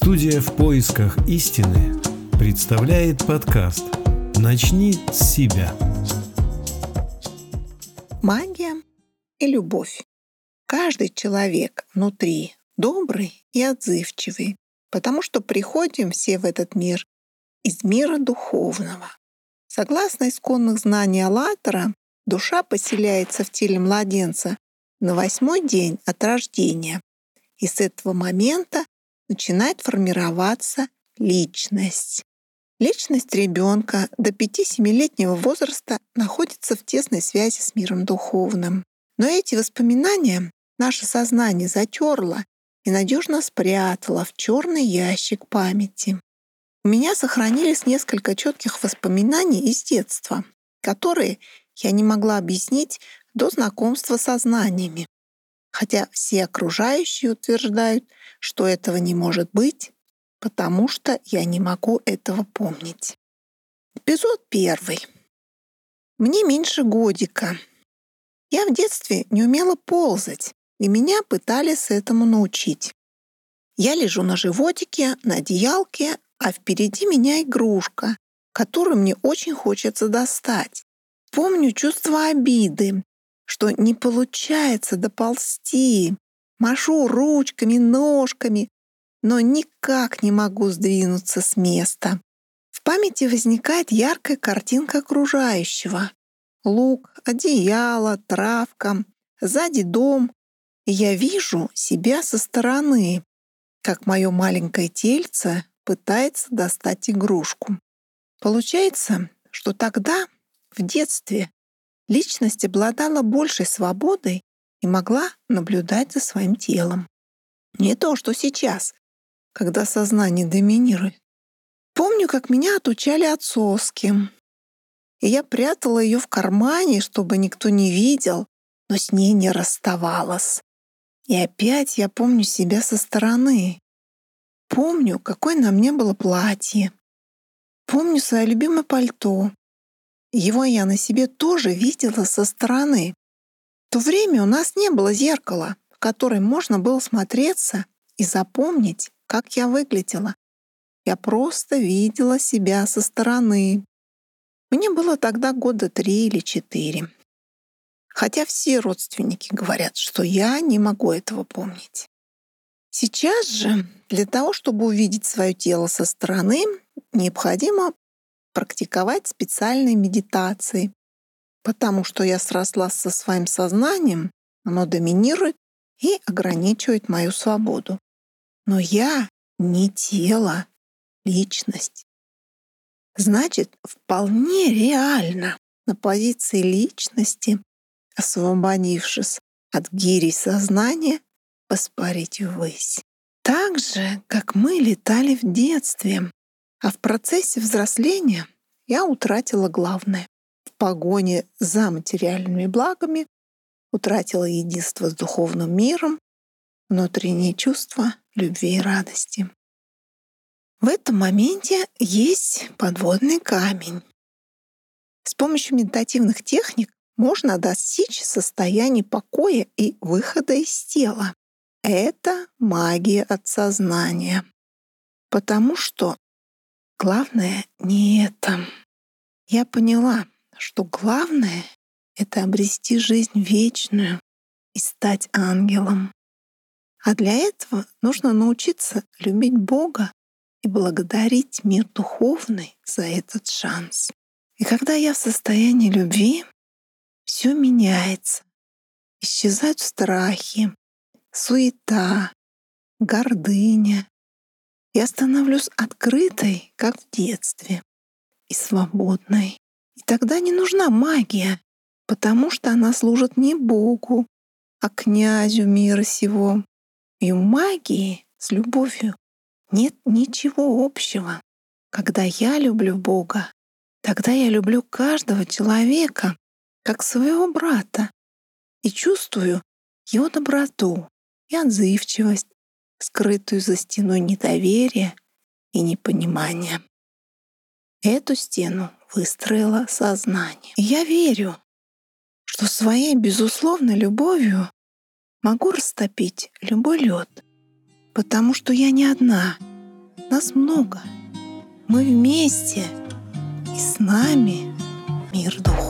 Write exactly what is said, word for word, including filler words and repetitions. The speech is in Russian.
Студия «В поисках истины» представляет подкаст «Начни с себя». Магия и любовь. Каждый человек внутри добрый и отзывчивый, потому что приходим все в этот мир из мира духовного. Согласно исконных знаний Аллатра, душа поселяется в теле младенца на восьмой день от рождения, и с этого момента начинает формироваться личность. Личность ребенка до пяти-семилетнего возраста находится в тесной связи с миром духовным. Но эти воспоминания наше сознание затерло и надежно спрятало в черный ящик памяти. У меня сохранились несколько четких воспоминаний из детства, которые я не могла объяснить до знакомства со знаниями. Хотя все окружающие утверждают, что этого не может быть, потому что я не могу этого помнить. Эпизод первый. Мне меньше годика. Я в детстве не умела ползать, и меня пытались этому научить. Я лежу на животике, на одеялке, а впереди меня игрушка, которую мне очень хочется достать. Помню чувство обиды, что не получается доползти. Машу ручками, ножками, но никак не могу сдвинуться с места. В памяти возникает яркая картинка окружающего. Луг, одеяло, травка, сзади дом. И я вижу себя со стороны, как мое маленькое тельце пытается достать игрушку. Получается, что тогда, в детстве, личность обладала большей свободой и могла наблюдать за своим телом. Не то, что сейчас, когда сознание доминирует. Помню, как меня отучали от соски. И я прятала ее в кармане, чтобы никто не видел, но с ней не расставалась. И опять я помню себя со стороны. Помню, какое на мне было платье. Помню свое любимое пальто. Его я на себе тоже видела со стороны. В то время у нас не было зеркала, в которое можно было смотреться и запомнить, как я выглядела. Я просто видела себя со стороны. Мне было тогда года три или четыре. Хотя все родственники говорят, что я не могу этого помнить. Сейчас же для того, чтобы увидеть свое тело со стороны, необходимо практиковать специальные медитации, потому что я срослась со своим сознанием, оно доминирует и ограничивает мою свободу. Но я не тело, личность. Значит, вполне реально на позиции личности, освободившись от гирей сознания, воспарить ввысь. Так же, как мы летали в детстве, а в процессе взросления я утратила главное. В погоне за материальными благами утратила единство с духовным миром, внутренние чувства любви и радости. В этом моменте есть подводный камень. С помощью медитативных техник можно достичь состояния покоя и выхода из тела. Это магия от сознания. Потому что главное не это. Я поняла, что главное — это обрести жизнь вечную и стать ангелом. А для этого нужно научиться любить Бога и благодарить мир духовный за этот шанс. И когда я в состоянии любви, все меняется. Исчезают страхи, суета, гордыня. Я становлюсь открытой, как в детстве, и свободной. И тогда не нужна магия, потому что она служит не Богу, а князю мира сего. И у магии с любовью нет ничего общего. Когда я люблю Бога, тогда я люблю каждого человека как своего брата и чувствую его доброту и отзывчивость, скрытую за стеной недоверия и непонимания. Эту стену выстроило сознание. И я верю, что своей безусловной любовью могу растопить любой лед, потому что я не одна. Нас много. Мы вместе, и с нами мир духовный.